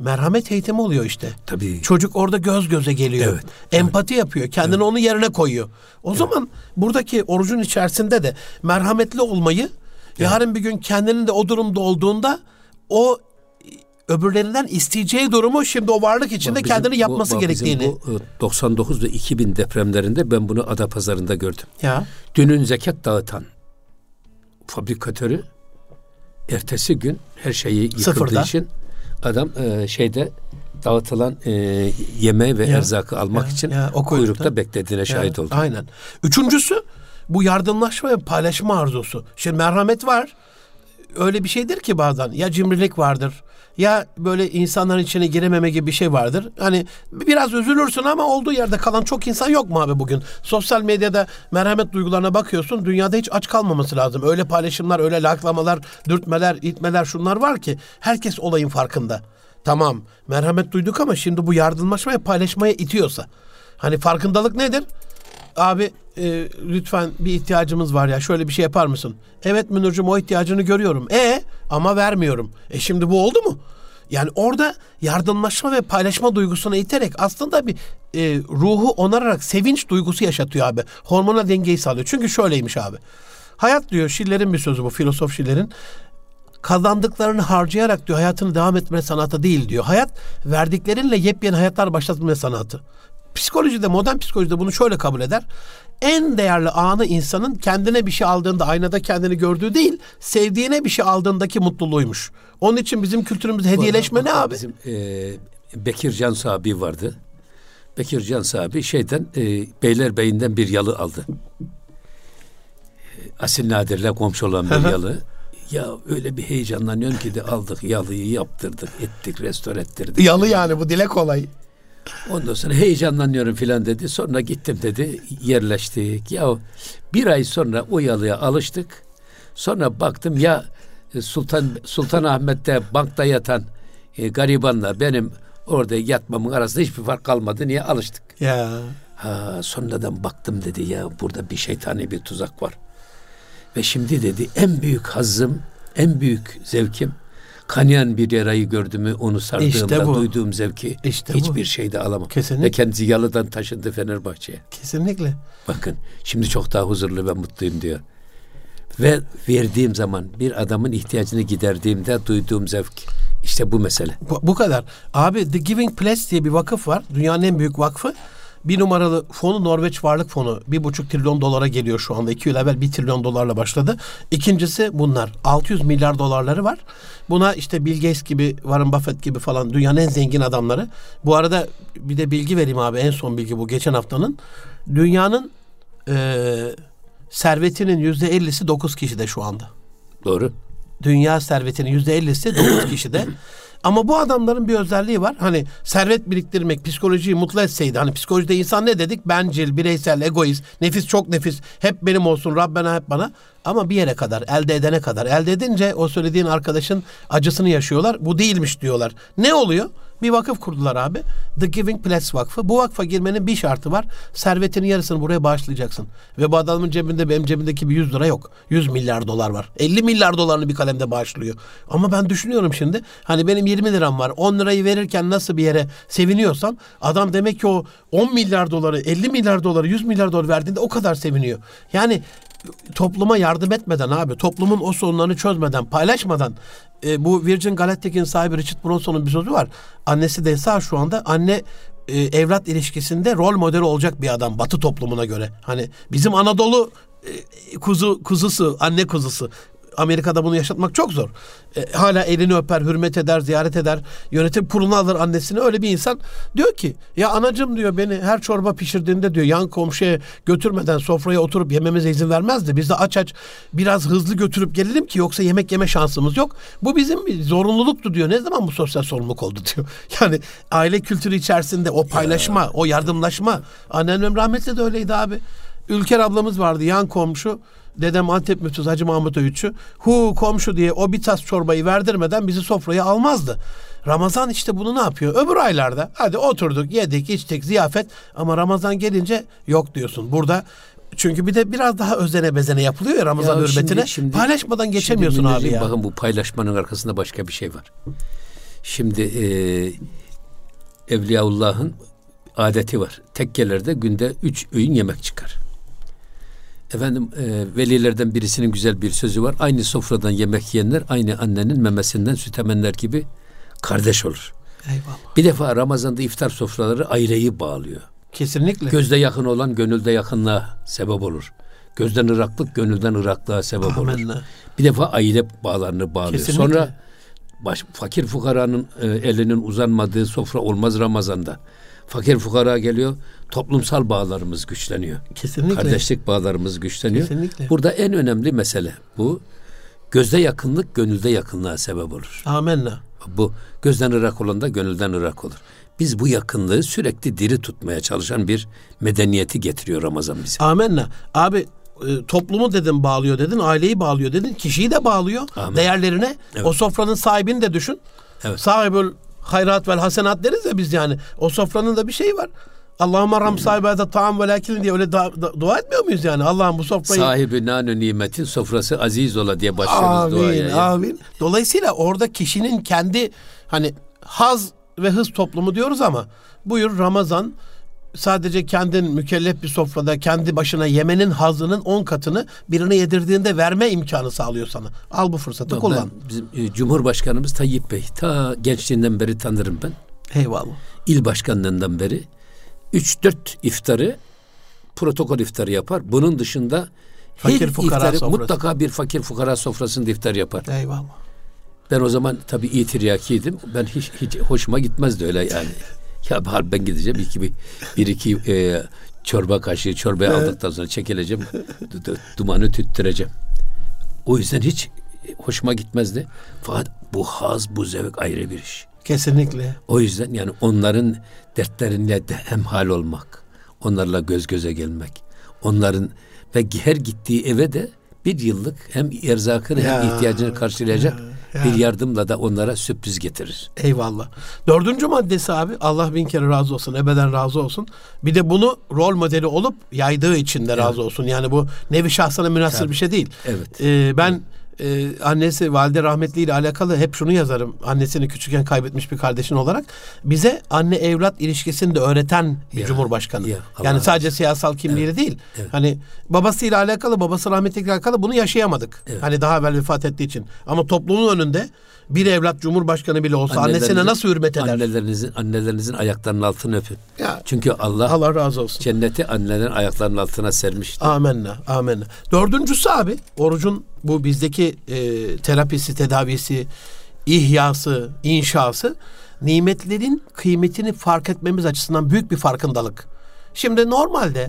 merhamet eğitimi oluyor işte. Tabii. Çocuk orada göz göze geliyor. Evet. Empati evet. yapıyor. Kendini evet. onun yerine koyuyor. O evet. zaman buradaki orucun içerisinde de merhametli olmayı evet. yarın bir gün kendinin de o durumda olduğunda o öbürlerinden isteyeceği durumu şimdi o varlık içinde bizim, kendini yapması bu, gerektiğini. Bu doksan dokuz ve iki bin depremlerinde ben bunu Adapazarı'nda gördüm. Ya. Dünün zekat dağıtan fabrikatörü ertesi gün her şeyi yıkıldığı Sıfırda. için adam e, şeyde dağıtılan e, yemeği ve ya, erzakı almak ya, için ya, o kuyrukta, kuyrukta beklediğine şahit ya, oldum. Aynen. Üçüncüsü bu yardımlaşma ve paylaşma arzusu. Şimdi merhamet var. Öyle bir şeydir ki bazen ya cimrilik vardır ya böyle insanların içine girememe gibi bir şey vardır. Hani biraz üzülürsün ama olduğu yerde kalan çok insan yok mu abi bugün? Sosyal medyada merhamet duygularına bakıyorsun. Dünyada hiç aç kalmaması lazım. Öyle paylaşımlar, öyle laklamalar, dürtmeler, itmeler şunlar var ki herkes olayın farkında. Tamam merhamet duyduk ama şimdi bu yardımlaşmaya, paylaşmaya itiyorsa. Hani farkındalık nedir? Abi e, lütfen bir ihtiyacımız var ya şöyle bir şey yapar mısın? Evet Münir'cim o ihtiyacını görüyorum. E ama vermiyorum. E şimdi bu oldu mu? Yani orada yardımlaşma ve paylaşma duygusuna iterek aslında bir e, ruhu onararak sevinç duygusu yaşatıyor abi. Hormonal dengeyi sağlıyor. Çünkü şöyleymiş abi. Hayat diyor Schiller'in bir sözü bu, filozof Schiller'in. Kazandıklarını harcayarak diyor hayatını devam etme sanatı değil diyor. Hayat verdiklerinle yepyeni hayatlar başlatma sanatı. Psikolojide, modern psikolojide bunu şöyle kabul eder. En değerli anı insanın kendine bir şey aldığında aynada kendini gördüğü değil, sevdiğine bir şey aldığındaki mutluluğuymuş. Onun için bizim kültürümüzde hediyeleşme ne abi? Bizim e, Bekir Cansu abi vardı. Bekir Cansu abi şeyden e, Beylerbeyi'nden bir yalı aldı. E, Asil Nadir'le komşu olan bir yalı. Ya öyle bir heyecanlanıyorum ki de aldık yalıyı yaptırdık, ettik, restore ettirdik. Yalı yani bu dile kolay. Ondan sonra heyecanlanıyorum filan dedi. Sonra gittim dedi. Yerleştik. Ya bir ay sonra o yalıya alıştık. Sonra baktım ya Sultan Sultanahmet'te bankta yatan e, garibanla benim orada yatmamın arasında hiçbir fark kalmadı. Niye alıştık? Ya. Ha, sonradan baktım dedi ya burada bir şeytani bir tuzak var. Ve şimdi dedi en büyük hazzım, en büyük zevkim kanayan bir yarayı gördüğümü onu sardığımda işte duyduğum zevki işte hiçbir şeyde alamam. Kesinlikle. Ve kendisi yalıdan taşındı Fenerbahçe'ye. Kesinlikle. Bakın şimdi çok daha huzurlu ve mutluyum diyor. Ve verdiğim zaman bir adamın ihtiyacını giderdiğimde duyduğum zevk. İşte bu mesele. Bu, bu kadar. Abi The Giving Pledge diye bir vakıf var. Dünyanın en büyük vakfı. Bir numaralı fonu Norveç Varlık Fonu. Bir buçuk trilyon dolara geliyor şu anda. İki yıl evvel bir trilyon dolarla başladı. İkincisi bunlar. altı yüz milyar dolarları var. Buna işte Bill Gates gibi, Warren Buffett gibi falan dünyanın en zengin adamları. Bu arada bir de bilgi vereyim abi. En son bilgi bu. Geçen haftanın. Dünyanın e, servetinin yüzde ellisi dokuz kişide şu anda. Doğru. Dünya servetinin yüzde ellisi dokuz kişide. Ama bu adamların bir özelliği var. Hani servet biriktirmek psikolojiyi mutlu etseydi. Hani psikolojide insan ne dedik? Bencil, bireysel, egoist, nefis çok nefis. Hep benim olsun, Rabbena hep bana. Ama bir yere kadar, elde edene kadar. Elde edince o söylediğin arkadaşın acısını yaşıyorlar. Bu değilmiş diyorlar. Ne oluyor? Bir vakıf kurdular abi. The Giving Pledge Vakfı. Bu vakfa girmenin bir şartı var. Servetinin yarısını buraya bağışlayacaksın. Ve bu adamın cebinde benim cebimdeki bir yüz lira yok. yüz milyar dolar var. elli milyar dolarını bir kalemde bağışlıyor. Ama ben düşünüyorum şimdi. Hani benim yirmi liram var. on lirayı verirken nasıl bir yere seviniyorsam adam demek ki o on milyar doları, elli milyar doları, yüz milyar dolar verdiğinde o kadar seviniyor. Yani topluma yardım etmeden abi, toplumun o sorunlarını çözmeden, paylaşmadan, e, bu Virgin Galactic'in sahibi Richard Branson'un bir sözü var. Annesi de sağ şu anda. Anne e, evlat ilişkisinde rol modeli olacak bir adam Batı toplumuna göre. Hani bizim Anadolu e, kuzu kuzusu, anne kuzusu. Amerika'da bunu yaşatmak çok zor. E, hala elini öper, hürmet eder, ziyaret eder. Yönetim kuruluna alır annesini. Öyle bir insan diyor ki ya anacığım diyor beni her çorba pişirdiğinde diyor yan komşuya götürmeden sofraya oturup yememize izin vermezdi. Biz de aç aç biraz hızlı götürüp gelelim ki yoksa yemek yeme şansımız yok. Bu bizim bir zorunluluktu diyor. Ne zaman bu sosyal sorumluluk oldu diyor. Yani aile kültürü içerisinde o paylaşma, ya. o yardımlaşma. Annem rahmetli de öyleydi abi. Ülker ablamız vardı yan komşu. Dedem Antep müftüsü Hacı Mahmut Öğütçü. Hu komşu diye o bir tas çorbayı verdirmeden bizi sofraya almazdı. Ramazan işte bunu ne yapıyor? Öbür aylarda hadi oturduk, yedik, içtik, ziyafet ama Ramazan gelince yok diyorsun. Burada çünkü bir de biraz daha özene bezene yapılıyor ya Ramazan ya hürmetine. Şimdi, şimdi, Paylaşmadan geçemiyorsun şimdi abi ya. Bakın bu paylaşmanın arkasında başka bir şey var. Şimdi e, Evliyaullah'ın adeti var. Tekkelerde günde üç öğün yemek çıkar. Efendim e, velilerden birisinin güzel bir sözü var. Aynı sofradan yemek yiyenler aynı annenin memesinden süt emenler gibi kardeş olur. Eyvallah. Bir defa Ramazan'da iftar sofraları aileyi bağlıyor. Kesinlikle. Gözde yakın olan gönülde yakınlığa sebep olur. Gözden ıraklık gönülden ıraklığa sebep Amenna. olur. Bir defa aile bağlarını bağlıyor. Kesinlikle. Sonra baş, fakir fukaranın e, elinin uzanmadığı sofra olmaz Ramazan'da. Fakir fukara geliyor, toplumsal bağlarımız güçleniyor. Kesinlikle. Kardeşlik bağlarımız güçleniyor. Kesinlikle. Burada en önemli mesele bu. Gözde yakınlık gönülde yakınlığa sebep olur. Amenna. Bu gözden ırak olan da gönülden ırak olur. Biz bu yakınlığı sürekli diri tutmaya çalışan bir medeniyeti getiriyor Ramazan bize. Amenna. Abi e, toplumu dedin bağlıyor dedin, aileyi bağlıyor dedin, kişiyi de bağlıyor. Amen. Değerlerine. Evet. O sofranın sahibini de düşün. Evet. Sahibül hayrat vel hasenat deriz ya biz yani. O sofranın da bir şeyi var. Allahümme ram sahibede taam ve lakin diye öyle da, da, dua etmiyor muyuz yani? Allah'ım bu sofrayı... Sahibi nanü nimetin sofrası aziz ola diye başlıyoruz duaya. Amin, amin. Dolayısıyla orada kişinin kendi hani haz ve hız toplumu diyoruz ama buyur Ramazan sadece kendin mükellef bir sofrada kendi başına yemenin hazının on katını birine yedirdiğinde verme imkanı sağlıyor sana. Al bu fırsatı ben, kullan. Bizim e, Cumhurbaşkanımız Tayyip Bey ta gençliğinden beri tanırım ben. Eyvallah. İl başkanlığından beri üç dört iftarı protokol iftarı yapar. Bunun dışında fakir her iftarı sofrası. Mutlaka bir fakir fukara sofrasında iftar yapar. Eyvallah. Ben o zaman tabii itiryakiydim. Ben hiç, hiç hoşuma gitmezdi öyle yani. Ya ben gideceğim iki bir, bir iki e, çorba kaşığı çorbayı evet. aldıktan sonra çekileceğim. Dumanı tüttüreceğim. O yüzden hiç hoşuma gitmezdi. Fakat bu haz, bu zevk ayrı bir iş. Kesinlikle. O yüzden yani onların dertlerinle de hemhal olmak, onlarla göz göze gelmek, onların ve her gittiği eve de bir yıllık hem erzakını ya, hem ihtiyacını karşılayacak ya, ya. bir yardımla da onlara sürpriz getirir. Eyvallah. Dördüncü maddesi abi, Allah bin kere razı olsun, ebeden razı olsun. Bir de bunu rol modeli olup yaydığı için de razı evet. olsun. Yani bu nevi şahsına münhasır bir şey değil. Evet. Ee, ben evet. Ee, annesi valide rahmetli ile alakalı hep şunu yazarım. Annesini küçükken kaybetmiş bir kardeşin olarak bize anne evlat ilişkisini de öğreten bir ya, Cumhurbaşkanı. Ya, yani sadece olsun. Siyasal kimliğiyle evet, değil. Evet. Hani babasıyla alakalı, babası rahmetliyle alakalı bunu yaşayamadık. Evet. Hani daha evvel vefat ettiği için. Ama toplumun önünde bir evlat Cumhurbaşkanı bile olsa annesine nasıl hürmet eder? Annelerinizin, annelerinizin ayaklarının altını öpün. Ya, çünkü Allah Allah razı olsun. Cenneti annelerin ayaklarının altına sermiştir. Amenna, amenna. Dördüncüsü abi, orucun bu bizdeki e, terapisi, tedavisi, ihyası, inşası, nimetlerin kıymetini fark etmemiz açısından büyük bir farkındalık. Şimdi normalde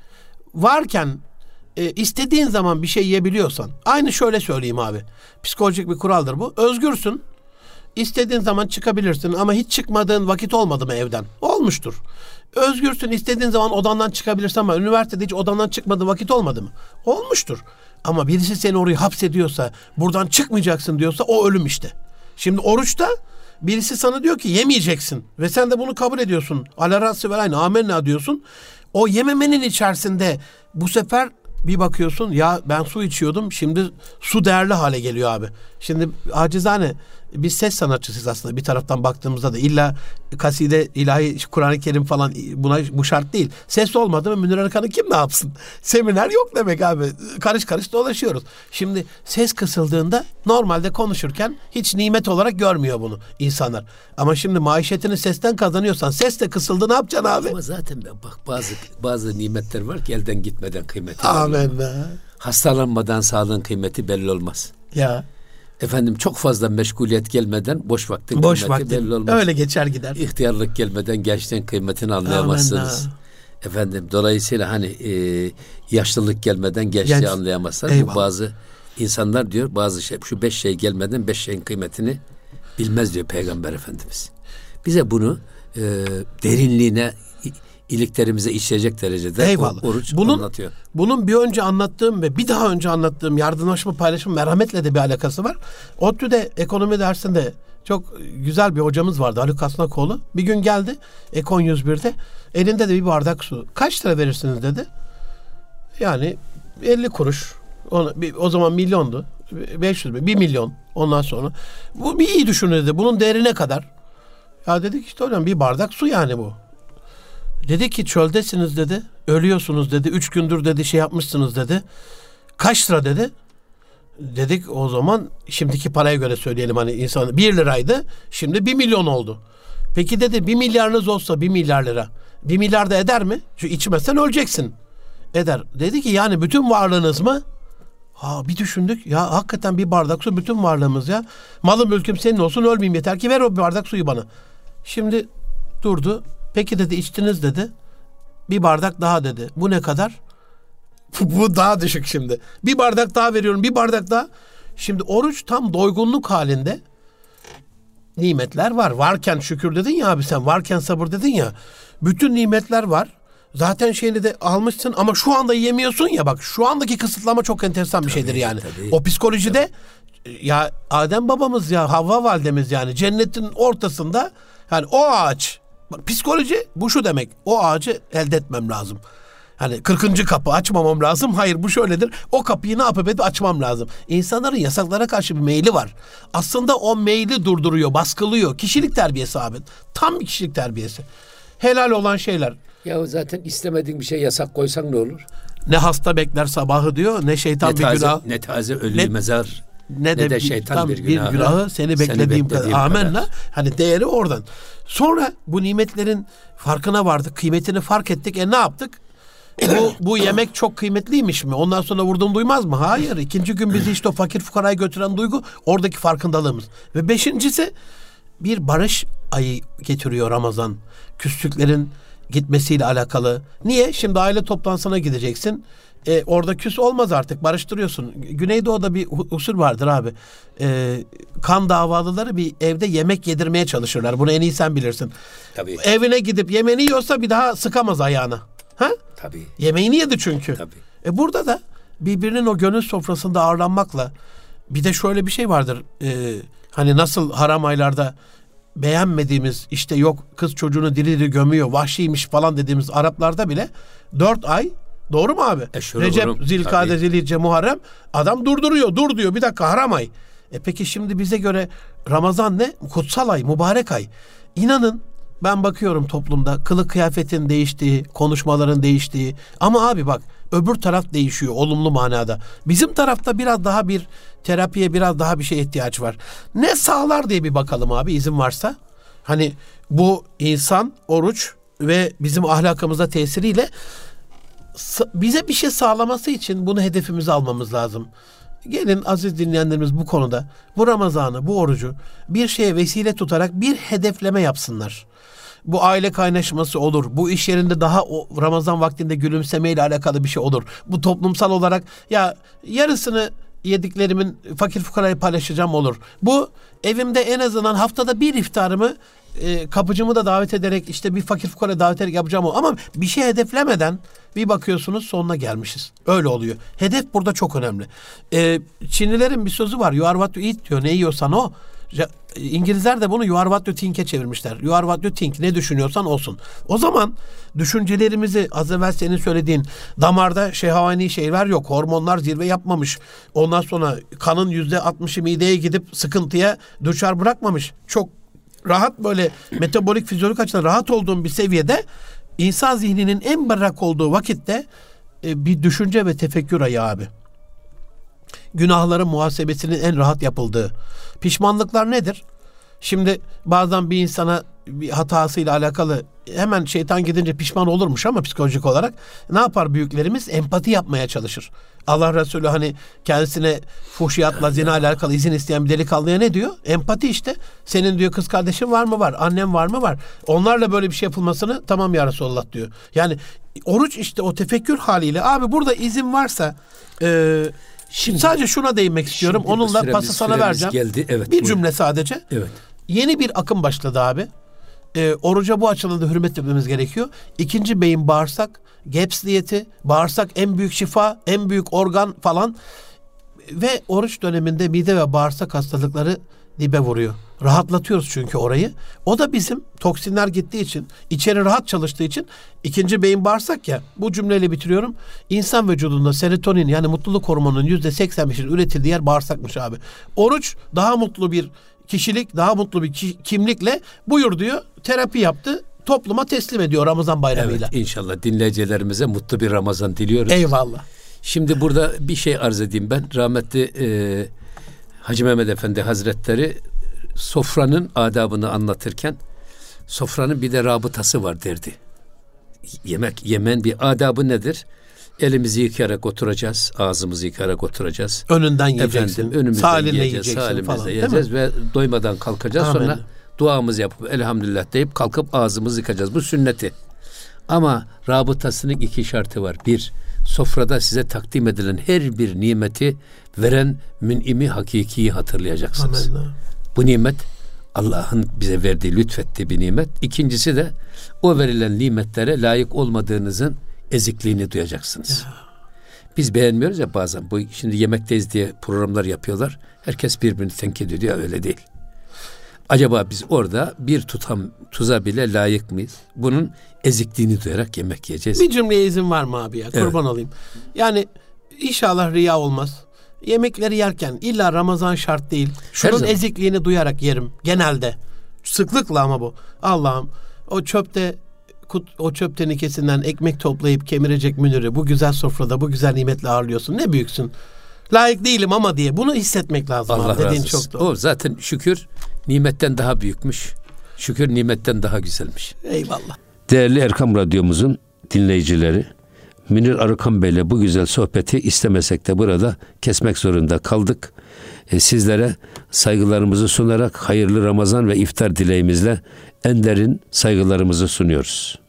varken e, istediğin zaman bir şey yiyebiliyorsan, aynı şöyle söyleyeyim abi, psikolojik bir kuraldır bu. Özgürsün, istediğin zaman çıkabilirsin ama hiç çıkmadığın vakit olmadı mı evden? Olmuştur. Özgürsün, istediğin zaman odandan çıkabilirsin ama üniversitede hiç odandan çıkmadığın vakit olmadı mı? Olmuştur. Ama birisi seni oraya hapsediyorsa, buradan çıkmayacaksın diyorsa o ölüm işte. Şimdi oruçta birisi sana diyor ki yemeyeceksin ve sen de bunu kabul ediyorsun. Alerası ve aynı amenna diyorsun. O yememenin içerisinde bu sefer bir bakıyorsun ya ben su içiyordum, şimdi su değerli hale geliyor abi. Şimdi acizane biz ses sanatçısıyız aslında bir taraftan baktığımızda da, illa kaside, ilahi, Kur'an-ı Kerim falan buna bu şart değil. Ses olmadı mı Münir Arıkan'ı kim ne yapsın? Seminer yok demek abi. Karış karış dolaşıyoruz. Şimdi ses kısıldığında normalde konuşurken hiç nimet olarak görmüyor bunu insanlar. Ama şimdi maişetini sesten kazanıyorsan ses de kısıldı, ne yapacaksın abi? Ama zaten ben bak bazı bazı nimetler var ki elden gitmeden kıymeti. Amin be. Hastalanmadan sağlığın kıymeti belli olmaz. Ya. Efendim çok fazla meşguliyet gelmeden boş vaktin boş kıymeti vaktin. belli olmaz. Öyle geçer gider. İhtiyarlık gelmeden gençliğin kıymetini anlayamazsınız. Amenna. Efendim dolayısıyla hani e, yaşlılık gelmeden gençliği Genç. anlayamazsınız. Bu bazı insanlar diyor bazı şey, şu beş şey gelmeden beş şeyin kıymetini bilmez diyor Peygamber Efendimiz. Bize bunu e, derinliğine, iliklerimize işleyecek derecede Eyvallah. oruç bunun, anlatıyor. Bunun bir önce anlattığım ve bir daha önce anlattığım yardımlaşma, paylaşım, merhametle de bir alakası var. ODTÜ'de ekonomi dersinde çok güzel bir hocamız vardı, Haluk Asnakoğlu. Bir gün geldi Ekon yüz birde, elinde de bir bardak su. Kaç lira verirsiniz dedi. Yani elli kuruş. O, o zaman milyondu. beş yüz bin, bir milyon ondan sonra. Bu bir iyi düşün dedi. Bunun değeri ne kadar? Ya dedik işte hocam bir bardak su yani bu. Dedi ki çöldesiniz dedi. Ölüyorsunuz dedi. Üç gündür dedi şey yapmışsınız dedi. Kaç lira dedi. Dedik o zaman şimdiki paraya göre söyleyelim hani insan bir liraydı. Şimdi bir milyon oldu. Peki dedi bir milyarınız olsa bir milyar lira. Bir milyar da eder mi? Çünkü içmezsen öleceksin. Eder. Dedi ki yani bütün varlığınız mı? Ha bir düşündük. Ya hakikaten bir bardak su bütün varlığımız ya. Malım mülküm senin olsun ölmeyeyim yeter ki ver o bir bardak suyu bana. Şimdi durdu. Peki dedi içtiniz dedi. Bir bardak daha dedi. Bu ne kadar? Bu daha düşük şimdi. Bir bardak daha veriyorum. Bir bardak daha. Şimdi oruç tam doygunluk halinde. Nimetler var. Varken şükür dedin ya abi sen. Varken sabır dedin ya. Bütün nimetler var. Zaten şeyini de almışsın ama şu anda yemiyorsun ya bak. Şu andaki kısıtlama çok enteresan bir tabii, şeydir yani. Tabii. O psikolojide tabii. Ya Adem babamız ya Havva validemiz yani cennetin ortasında yani o ağaç. Bak, psikoloji bu şu demek. O ağacı elde etmem lazım. Hani kırkıncı kapı açmamam lazım. Hayır bu şöyledir. O kapıyı ne yapıp edip açmam lazım. İnsanların yasaklara karşı bir meyli var. Aslında o meyli durduruyor, baskılıyor. Kişilik terbiyesi abi. Tam bir kişilik terbiyesi. Helal olan şeyler. Ya zaten istemediğin bir şey yasak koysan ne olur? Ne hasta bekler sabahı diyor, ne şeytan ne bir taze, günah. Ne taze ölü ne, mezar, ne de, ne de şeytan bir günahı. Bir günahı seni beklediğim, seni beklediğim kadar. Amenna. Hani değeri oradan. Sonra bu nimetlerin farkına vardık, kıymetini fark ettik. E ne yaptık? bu, bu yemek çok kıymetliymiş mi? Ondan sonra vurdum duymaz mı? Hayır. İkinci gün bizi işte o fakir fukarayı götüren duygu oradaki farkındalığımız. Ve beşincisi bir barış ayı getiriyor Ramazan. Küslüklerin gitmesiyle alakalı. Niye? Şimdi aile toplantısına gideceksin. E, orada küs olmaz artık. Barıştırıyorsun. Güneydoğu'da bir usul vardır abi. E, kan davalıları bir evde yemek yedirmeye çalışırlar. Bunu en iyi sen bilirsin. Tabii. Evine gidip yemeğini yiyorsa bir daha sıkamaz ayağına. Ha? Tabii. Yemeğini yedi çünkü. Tabii. E burada da birbirinin o gönül sofrasında ağırlanmakla bir de şöyle bir şey vardır. E, hani nasıl haram aylarda beğenmediğimiz işte yok kız çocuğunu diri diri gömüyor vahşiymiş falan dediğimiz Araplarda bile dört ay doğru mu abi? E Recep, olurum. Zilkade, Zilhicce, Muharrem adam durduruyor dur diyor bir dakika haram ay. E peki şimdi bize göre Ramazan ne? Kutsal ay, mübarek ay. İnanın ben bakıyorum toplumda kılık kıyafetin değiştiği, konuşmaların değiştiği ama abi bak öbür taraf değişiyor olumlu manada. Bizim tarafta biraz daha bir terapiye biraz daha bir şeye ihtiyaç var. Ne sağlar diye bir bakalım abi izin varsa. Hani bu insan, oruç ve bizim ahlakımıza tesiriyle bize bir şey sağlaması için bunu hedefimize almamız lazım. Gelin aziz dinleyenlerimiz bu konuda bu Ramazan'ı, bu orucu bir şeye vesile tutarak bir hedefleme yapsınlar. Bu aile kaynaşması olur. Bu iş yerinde daha o Ramazan vaktinde gülümsemeyle alakalı bir şey olur. Bu toplumsal olarak ya yarısını yediklerimin fakir fukarayı paylaşacağım olur. Bu evimde en azından haftada bir iftarımı e, kapıcımı da davet ederek işte bir fakir fukarayı davet ederek yapacağım olur. Ama bir şey hedeflemeden bir bakıyorsunuz sonuna gelmişiz. Öyle oluyor. Hedef burada çok önemli. E, Çinlilerin bir sözü var. You are what you eat diyor. Ne yiyorsan o. İngilizler de bunu you are what you think'e çevirmişler. You are what you think. Ne düşünüyorsan olsun. O zaman düşüncelerimizi az evvel senin söylediğin damarda şehvani şeyler yok. Hormonlar zirve yapmamış. Ondan sonra kanın yüzde altmışı mideye gidip sıkıntıya düşer bırakmamış. Çok rahat böyle metabolik fizyolojik açıdan rahat olduğum bir seviyede insan zihninin en berrak olduğu vakitte e, bir düşünce ve tefekkür ayı abi. Günahların muhasebesinin en rahat yapıldığı. Pişmanlıklar nedir? Şimdi bazen bir insana bir hatasıyla alakalı hemen şeytan gidince pişman olurmuş ama psikolojik olarak ne yapar büyüklerimiz? Empati yapmaya çalışır. Allah Resulü hani kendisine fuhşiyatla zina ile alakalı izin isteyen bir delikanlıya ne diyor? Empati işte. Senin diyor kız kardeşin var mı? Var. Annem var mı? Var. Onlarla böyle bir şey yapılmasını tamam ya Resulullah diyor. Yani oruç işte o tefekkür haliyle. Abi burada izin varsa e, şimdi sadece şuna değinmek istiyorum. Onunla süremiz, pası sana vereceğim. Geldi. Evet, bir buyurun. Cümle sadece. Evet. Yeni bir akım başladı abi. E, oruca bu açıdan hürmet etmemiz gerekiyor. İkinci beyin bağırsak, G E P S diyeti, bağırsak en büyük şifa, en büyük organ falan. Ve oruç döneminde mide ve bağırsak hastalıkları dibe vuruyor. Rahatlatıyoruz çünkü orayı. O da bizim toksinler gittiği için, içeri rahat çalıştığı için ikinci beyin bağırsak ya. Bu cümleyle bitiriyorum. İnsan vücudunda serotonin yani mutluluk hormonunun yüzde seksen beşinin üretildiği yer bağırsakmış abi. Oruç daha mutlu bir kişilik, daha mutlu bir ki- kimlikle buyur diyor. Terapi yaptı. Topluma teslim ediyor Ramazan bayramıyla. Evet, inşallah dinleyicilerimize mutlu bir Ramazan diliyoruz. Eyvallah. Şimdi burada bir şey arz edeyim ben. Rahmetli e, Hacı Mehmet Efendi Hazretleri sofranın adabını anlatırken sofranın bir de rabıtası var derdi. Yemek yemen bir adabı nedir? Elimizi yıkayarak oturacağız, ağzımızı yıkayarak oturacağız. Önünden yiyeceksin, Efendim, önümüzden sahalinle yiyeceğiz, yiyeceksin sahalimizle falan. yiyeceğiz ve doymadan kalkacağız. Amin. Sonra duamızı yapıp elhamdülillah deyip kalkıp ağzımızı yıkacağız. Bu sünneti. Ama rabıtasının iki şartı var. Bir, sofrada size takdim edilen her bir nimeti veren mün'imi hakikiyi hatırlayacaksınız. Amin. Bu nimet Allah'ın bize verdiği, lütfettiği bir nimet. İkincisi de o verilen nimetlere layık olmadığınızın ezikliğini duyacaksınız. Ya. Biz beğenmiyoruz ya bazen. Bu şimdi yemekteyiz diye programlar yapıyorlar. Herkes birbirini tenkit ediyor. Öyle değil. Acaba biz orada bir tutam tuza bile layık mıyız? Bunun ezikliğini duyarak yemek yiyeceğiz. Bir cümleye izin var mı abi ya? Kurban evet. olayım. Yani inşallah riya olmaz. Yemekleri yerken illa Ramazan şart değil. Şunun ezikliğini duyarak yerim. Genelde. Sıklıkla ama bu. Allah'ım o çöpte o çöp tenekesinden ekmek toplayıp kemirecek Münir'i bu güzel sofrada bu güzel nimetle ağırlıyorsun. Ne büyüksün. Layık değilim ama diye. Bunu hissetmek lazım. Allah abi. Dediğin razı olsun. çok doğru. O zaten şükür nimetten daha büyükmüş. Şükür nimetten daha güzelmiş. Eyvallah. Değerli Erkam Radyomuzun dinleyicileri, Münir Arıkan Bey'le bu güzel sohbeti istemesek de burada kesmek zorunda kaldık. E, sizlere saygılarımızı sunarak hayırlı Ramazan ve iftar dileğimizle en derin saygılarımızı sunuyoruz.